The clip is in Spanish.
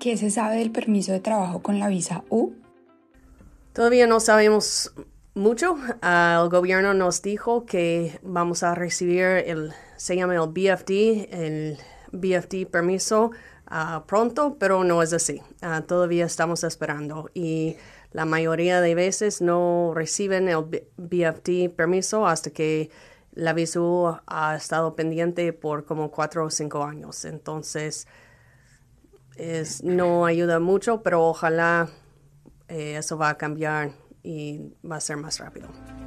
¿Qué se sabe del permiso de trabajo con la visa U? Todavía no sabemos mucho. El gobierno nos dijo que vamos a recibir se llama el BFD permiso pronto, pero no es así. Todavía estamos esperando y la mayoría de veces no reciben el BFD permiso hasta que la visa U ha estado pendiente por como 4 o 5 años. Entonces, no ayuda mucho, pero ojalá eso va a cambiar y va a ser más rápido.